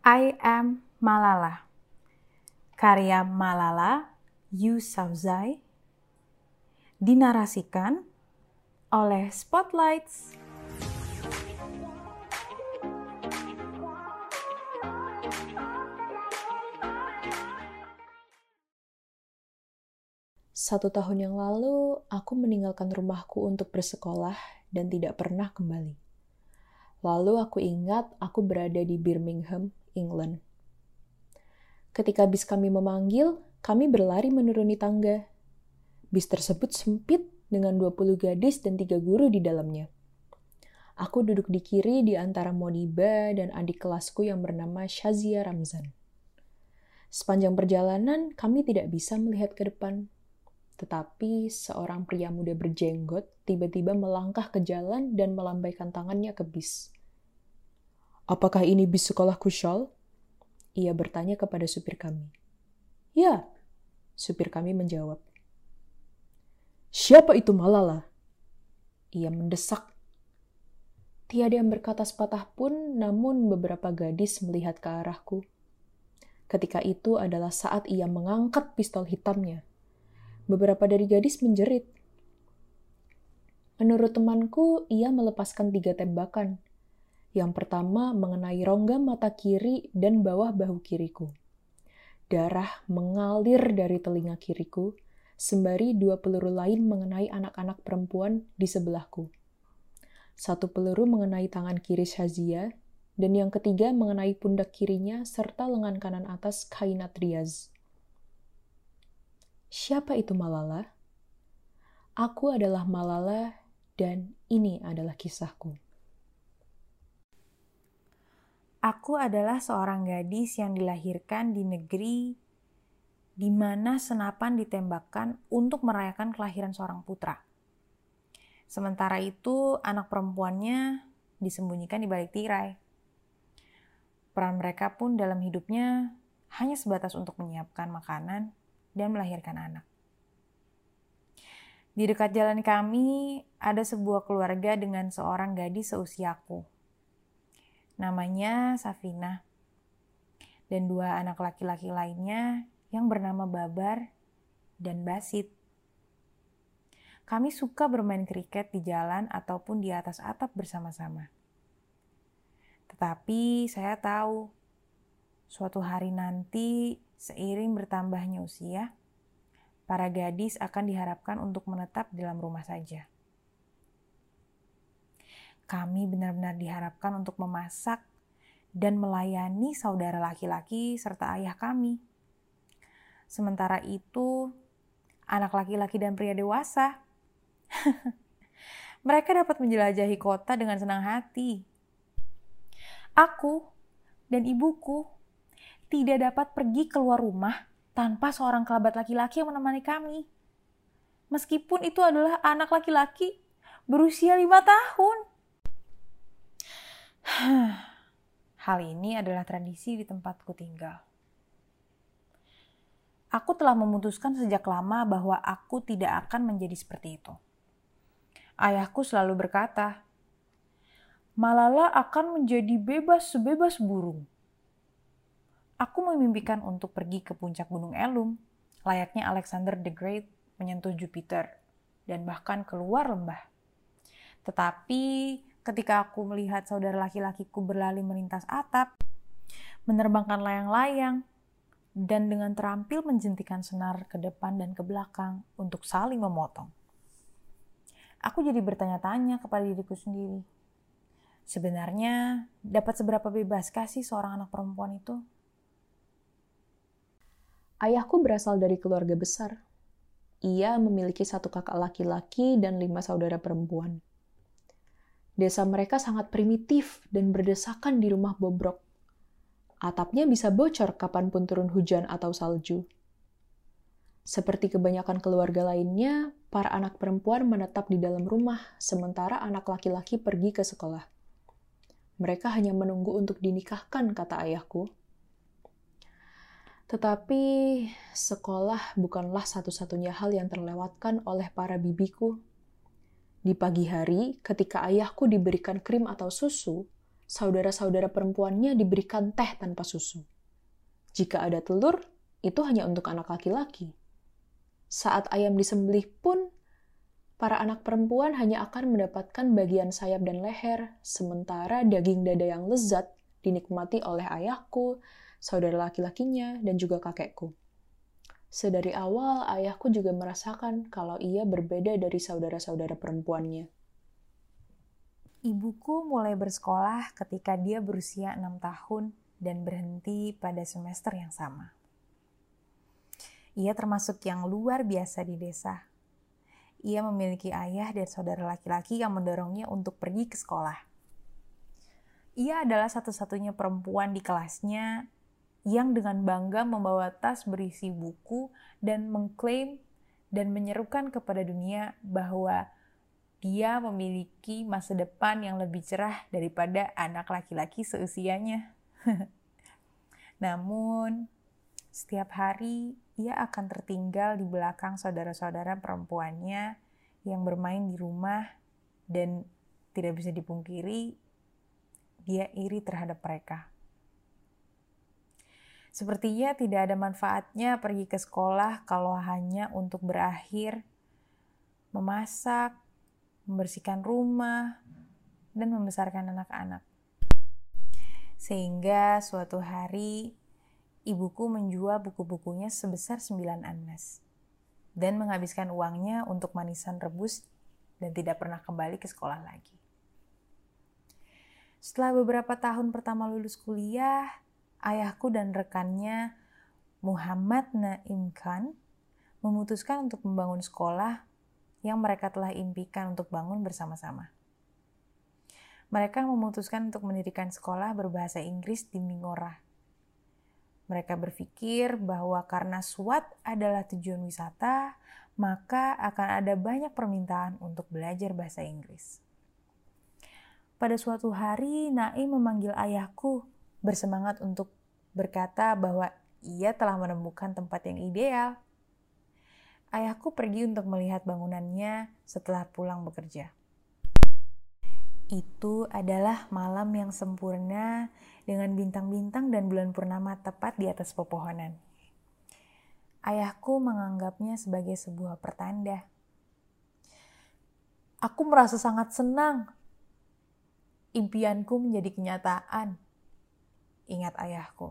I Am Malala, karya Malala Yousafzai, dinarasikan oleh Spotlights. Satu tahun yang lalu, aku meninggalkan rumahku untuk bersekolah dan tidak pernah kembali. Lalu aku ingat aku berada di Birmingham, England. Ketika bis kami memanggil, kami berlari menuruni tangga. Bis tersebut sempit dengan 20 gadis dan 3 guru di dalamnya. Aku duduk di kiri di antara Moniba dan adik kelasku yang bernama Shazia Ramzan. Sepanjang perjalanan, kami tidak bisa melihat ke depan. Tetapi seorang pria muda berjenggot tiba-tiba melangkah ke jalan dan melambaikan tangannya ke bis. "Apakah ini bis sekolahku, Shal?" Ia bertanya kepada supir kami. "Ya," supir kami menjawab. "Siapa itu Malala?" Ia mendesak. Tiada yang berkata sepatah pun, namun beberapa gadis melihat ke arahku. Ketika itu adalah saat ia mengangkat pistol hitamnya. Beberapa dari gadis menjerit. Menurut temanku, ia melepaskan 3 tembakan. Yang pertama mengenai rongga mata kiri dan bawah bahu kiriku. Darah mengalir dari telinga kiriku, sembari 2 peluru lain mengenai anak-anak perempuan di sebelahku. 1 peluru mengenai tangan kiri Shazia, dan yang ketiga mengenai pundak kirinya serta lengan kanan atas Kainat Riaz. Siapa itu Malala? Aku adalah Malala dan ini adalah kisahku. Aku adalah seorang gadis yang dilahirkan di negeri di mana senapan ditembakkan untuk merayakan kelahiran seorang putra. Sementara itu, anak perempuannya disembunyikan di balik tirai. Peran mereka pun dalam hidupnya hanya sebatas untuk menyiapkan makanan dan melahirkan anak. Di dekat jalan kami ada sebuah keluarga dengan seorang gadis seusiaku. Namanya Safina. Dan 2 anak laki-laki lainnya yang bernama Babar dan Basit. Kami suka bermain kriket di jalan ataupun di atas atap bersama-sama. Tetapi saya tahu, suatu hari nanti seiring bertambahnya usia, para gadis akan diharapkan untuk menetap di dalam rumah saja. Kami benar-benar diharapkan untuk memasak dan melayani saudara laki-laki serta ayah kami. Sementara itu, anak laki-laki dan pria dewasa, mereka dapat menjelajahi kota dengan senang hati. Aku dan ibuku tidak dapat pergi keluar rumah tanpa seorang kerabat laki-laki yang menemani kami. Meskipun itu adalah anak laki-laki berusia 5 tahun. Hal ini adalah tradisi di tempatku tinggal. Aku telah memutuskan sejak lama bahwa aku tidak akan menjadi seperti itu. Ayahku selalu berkata, Malala akan menjadi bebas sebebas burung. Aku memimpikan untuk pergi ke puncak Gunung Elum, layaknya Alexander the Great menyentuh Jupiter, dan bahkan keluar lembah. Tetapi ketika aku melihat saudara laki-lakiku berlari melintas atap, menerbangkan layang-layang, dan dengan terampil menjentikan senar ke depan dan ke belakang untuk saling memotong, aku jadi bertanya-tanya kepada diriku sendiri. Sebenarnya dapat seberapa bebaskah sih seorang anak perempuan itu? Ayahku berasal dari keluarga besar. Ia memiliki 1 kakak laki-laki dan 5 saudara perempuan. Desa mereka sangat primitif dan berdesakan di rumah bobrok. Atapnya bisa bocor kapanpun turun hujan atau salju. Seperti kebanyakan keluarga lainnya, para anak perempuan menetap di dalam rumah, sementara anak laki-laki pergi ke sekolah. Mereka hanya menunggu untuk dinikahkan, kata ayahku. Tetapi sekolah bukanlah satu-satunya hal yang terlewatkan oleh para bibiku. Di pagi hari, ketika ayahku diberikan krim atau susu, Saudara-saudara perempuannya diberikan teh tanpa susu. Jika ada telur, itu hanya untuk anak laki-laki. Saat ayam disembelih pun, para anak perempuan hanya akan mendapatkan bagian sayap dan leher, sementara daging dada yang lezat dinikmati oleh ayahku, saudara laki-lakinya, dan juga kakekku. Sedari awal, ayahku juga merasakan kalau ia berbeda dari saudara-saudara perempuannya. Ibuku mulai bersekolah ketika dia berusia 6 tahun dan berhenti pada semester yang sama. Ia termasuk yang luar biasa di desa. Ia memiliki ayah dan saudara laki-laki yang mendorongnya untuk pergi ke sekolah. Ia adalah satu-satunya perempuan di kelasnya yang dengan bangga membawa tas berisi buku dan mengklaim dan menyerukan kepada dunia bahwa dia memiliki masa depan yang lebih cerah daripada anak laki-laki seusianya. Namun, setiap hari ia akan tertinggal di belakang saudara-saudara perempuannya yang bermain di rumah dan tidak bisa dipungkiri, dia iri terhadap mereka. Sepertinya tidak ada manfaatnya pergi ke sekolah kalau hanya untuk berakhir memasak, membersihkan rumah, dan membesarkan anak-anak. Sehingga suatu hari, ibuku menjual buku-bukunya sebesar 9 anas dan menghabiskan uangnya untuk manisan rebus dan tidak pernah kembali ke sekolah lagi. Setelah beberapa tahun pertama lulus kuliah, ayahku dan rekannya Muhammad Naim Khan memutuskan untuk membangun sekolah yang mereka telah impikan untuk bangun bersama-sama. Mereka memutuskan untuk mendirikan sekolah berbahasa Inggris di Mingora. Mereka berpikir bahwa karena SWAT adalah tujuan wisata, maka akan ada banyak permintaan untuk belajar bahasa Inggris. Pada suatu hari, Naim memanggil ayahku bersemangat untuk berkata bahwa ia telah menemukan tempat yang ideal. Ayahku pergi untuk melihat bangunannya setelah pulang bekerja. Itu adalah malam yang sempurna dengan bintang-bintang dan bulan purnama tepat di atas pepohonan. Ayahku menganggapnya sebagai sebuah pertanda. Aku merasa sangat senang. Impianku menjadi kenyataan, ingat ayahku.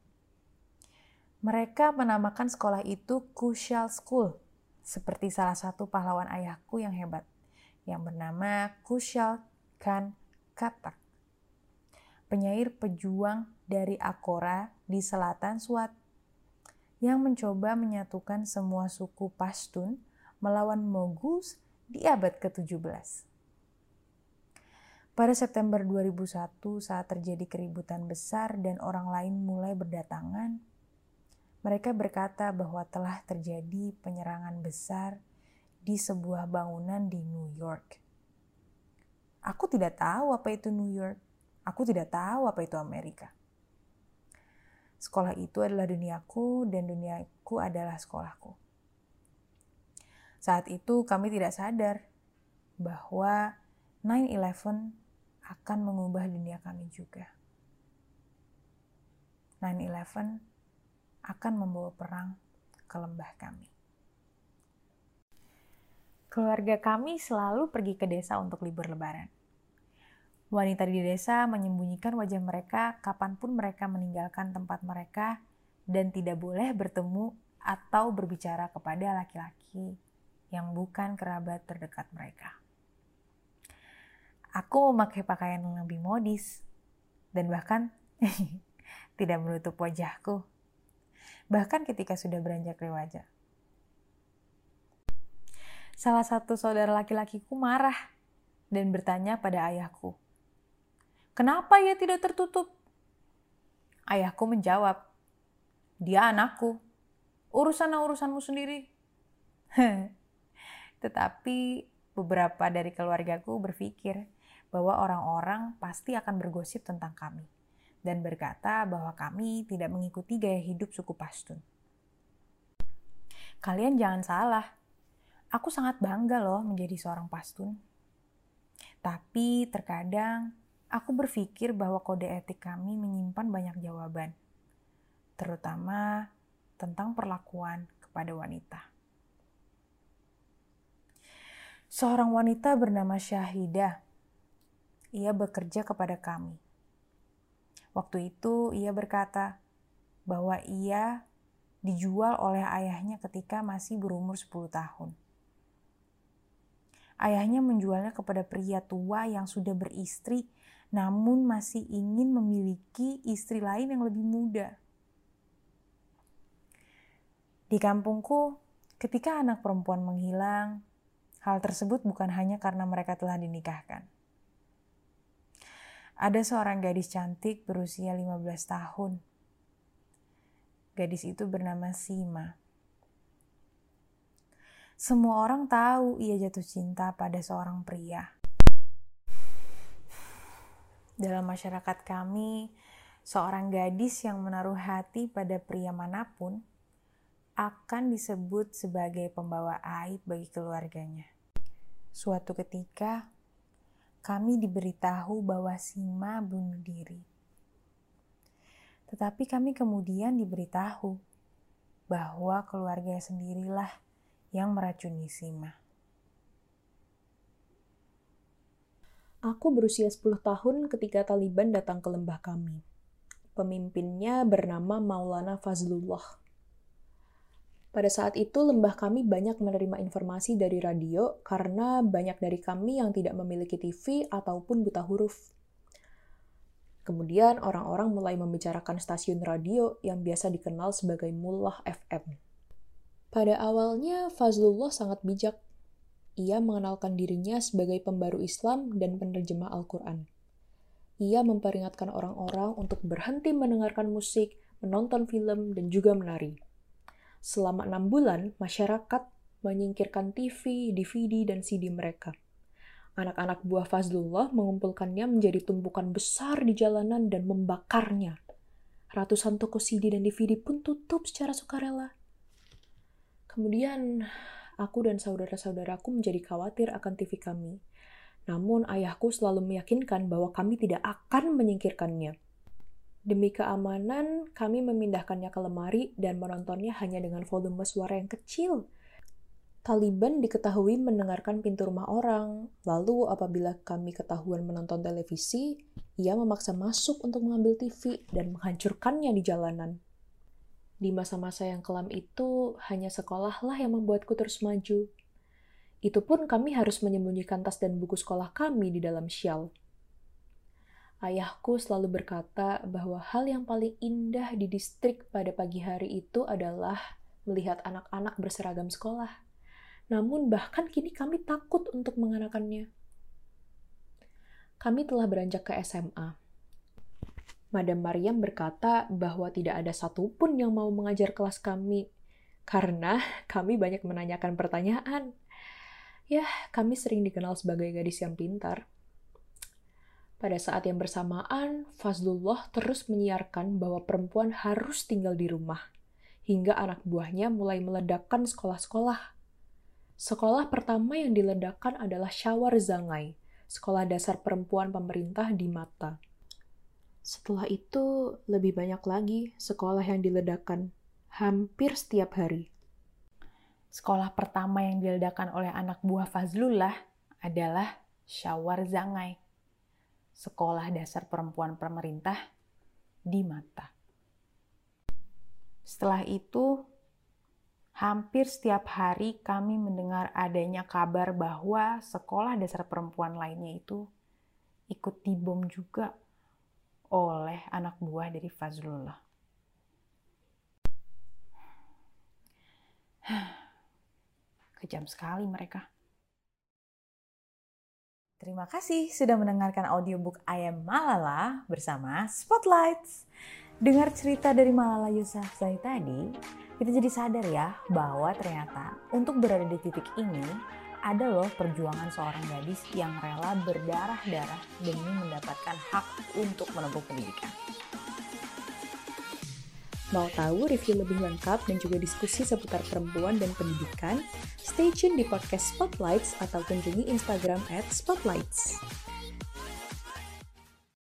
Mereka menamakan sekolah itu Kushal School, seperti salah satu pahlawan ayahku yang hebat, yang bernama Kushal Khan Khattak, penyair pejuang dari Akora di selatan Swat, yang mencoba menyatukan semua suku Pashtun melawan Mongols di abad ke-17. Pada September 2001, saat terjadi keributan besar dan orang lain mulai berdatangan, mereka berkata bahwa telah terjadi penyerangan besar di sebuah bangunan di New York. Aku tidak tahu apa itu New York. Aku tidak tahu apa itu Amerika. Sekolah itu adalah duniaku dan duniaku adalah sekolahku. Saat itu kami tidak sadar bahwa 9/11 akan mengubah dunia kami juga. 9/11 akan membawa perang ke lembah kami. Keluarga kami selalu pergi ke desa untuk libur lebaran. Wanita di desa menyembunyikan wajah mereka kapanpun mereka meninggalkan tempat mereka dan tidak boleh bertemu atau berbicara kepada laki-laki yang bukan kerabat terdekat mereka. Aku memakai pakaian yang lebih modis dan bahkan tidak menutup wajahku. Bahkan ketika sudah beranjak remaja. Salah satu saudara laki-lakiku marah dan bertanya pada ayahku, "Kenapa ia tidak tertutup?" Ayahku menjawab, "Dia anakku. Urusanmu sendiri." Tetapi beberapa dari keluargaku berpikir bahwa orang-orang pasti akan bergosip tentang kami dan berkata bahwa kami tidak mengikuti gaya hidup suku Pashtun. Kalian jangan salah, aku sangat bangga loh menjadi seorang Pashtun. Tapi terkadang Aku berpikir bahwa kode etik kami menyimpan banyak jawaban, terutama tentang perlakuan kepada wanita. Seorang wanita bernama Syahidah. Ia bekerja kepada kami. Waktu itu ia berkata bahwa ia dijual oleh ayahnya ketika masih berumur 10 tahun. Ayahnya menjualnya kepada pria tua yang sudah beristri, namun masih ingin memiliki istri lain yang lebih muda. Di kampungku, ketika anak perempuan menghilang, hal tersebut bukan hanya karena mereka telah dinikahkan. Ada seorang gadis cantik berusia 15 tahun. Gadis itu bernama Sima. Semua orang tahu ia jatuh cinta pada seorang pria. Dalam masyarakat kami, seorang gadis yang menaruh hati pada pria manapun akan disebut sebagai pembawa aib bagi keluarganya. Suatu ketika, kami diberitahu bahwa Sima bunuh diri. Tetapi kami kemudian diberitahu bahwa keluarga sendirilah yang meracuni Sima. Aku berusia 10 tahun ketika Taliban datang ke lembah kami. Pemimpinnya bernama Maulana Fazlullah. Pada saat itu, lembah kami banyak menerima informasi dari radio karena banyak dari kami yang tidak memiliki TV ataupun buta huruf. Kemudian, orang-orang mulai membicarakan stasiun radio yang biasa dikenal sebagai Mullah FM. Pada awalnya, Fazlullah sangat bijak. Ia mengenalkan dirinya sebagai pembaru Islam dan penerjemah Al-Quran. Ia memperingatkan orang-orang untuk berhenti mendengarkan musik, menonton film, dan juga menari. Selama 6 bulan, masyarakat menyingkirkan TV, DVD, dan CD mereka. Anak-anak buah Fazlullah mengumpulkannya menjadi tumpukan besar di jalanan dan membakarnya. Ratusan toko CD dan DVD pun tutup secara sukarela. Kemudian, aku dan saudara-saudaraku menjadi khawatir akan TV kami. Namun, ayahku selalu meyakinkan bahwa kami tidak akan menyingkirkannya. Demi keamanan, kami memindahkannya ke lemari dan menontonnya hanya dengan volume suara yang kecil. Taliban diketahui mendengarkan pintu rumah orang. Lalu, apabila kami ketahuan menonton televisi, ia memaksa masuk untuk mengambil TV dan menghancurkannya di jalanan. Di masa-masa yang kelam itu, hanya sekolahlah yang membuatku terus maju. Itu pun kami harus menyembunyikan tas dan buku sekolah kami di dalam syal. Ayahku selalu berkata bahwa hal yang paling indah di distrik pada pagi hari itu adalah melihat anak-anak berseragam sekolah. Namun bahkan kini kami takut untuk mengenakannya. Kami telah beranjak ke SMA. Madam Maryam berkata bahwa tidak ada satupun yang mau mengajar kelas kami, karena kami banyak menanyakan pertanyaan. Ya, kami sering dikenal sebagai gadis yang pintar. Pada saat yang bersamaan, Fazlullah terus menyiarkan bahwa perempuan harus tinggal di rumah, hingga anak buahnya mulai meledakkan sekolah-sekolah. Sekolah pertama yang diledakkan adalah Syawar Zangai, sekolah dasar perempuan pemerintah di Mata. Setelah itu, lebih banyak lagi sekolah yang diledakkan, hampir setiap hari. Sekolah pertama yang diledakkan oleh anak buah Fazlullah adalah Syawar Zangai, sekolah dasar perempuan pemerintah di Mata. Setelah itu, hampir setiap hari kami mendengar adanya kabar bahwa sekolah dasar perempuan lainnya itu ikut dibom juga oleh anak buah dari Fazlullah. Kejam sekali mereka. Terima kasih sudah mendengarkan audiobook I Am Malala bersama Spotlights. Dengar cerita dari Malala Yousafzai tadi, kita jadi sadar ya bahwa ternyata untuk berada di titik ini ada loh perjuangan seorang gadis yang rela berdarah-darah demi mendapatkan hak untuk menempuh pendidikan. Mau tahu review lebih lengkap dan juga diskusi seputar perempuan dan pendidikan? Stay tune di podcast Spotlights atau kunjungi Instagram @spotlights.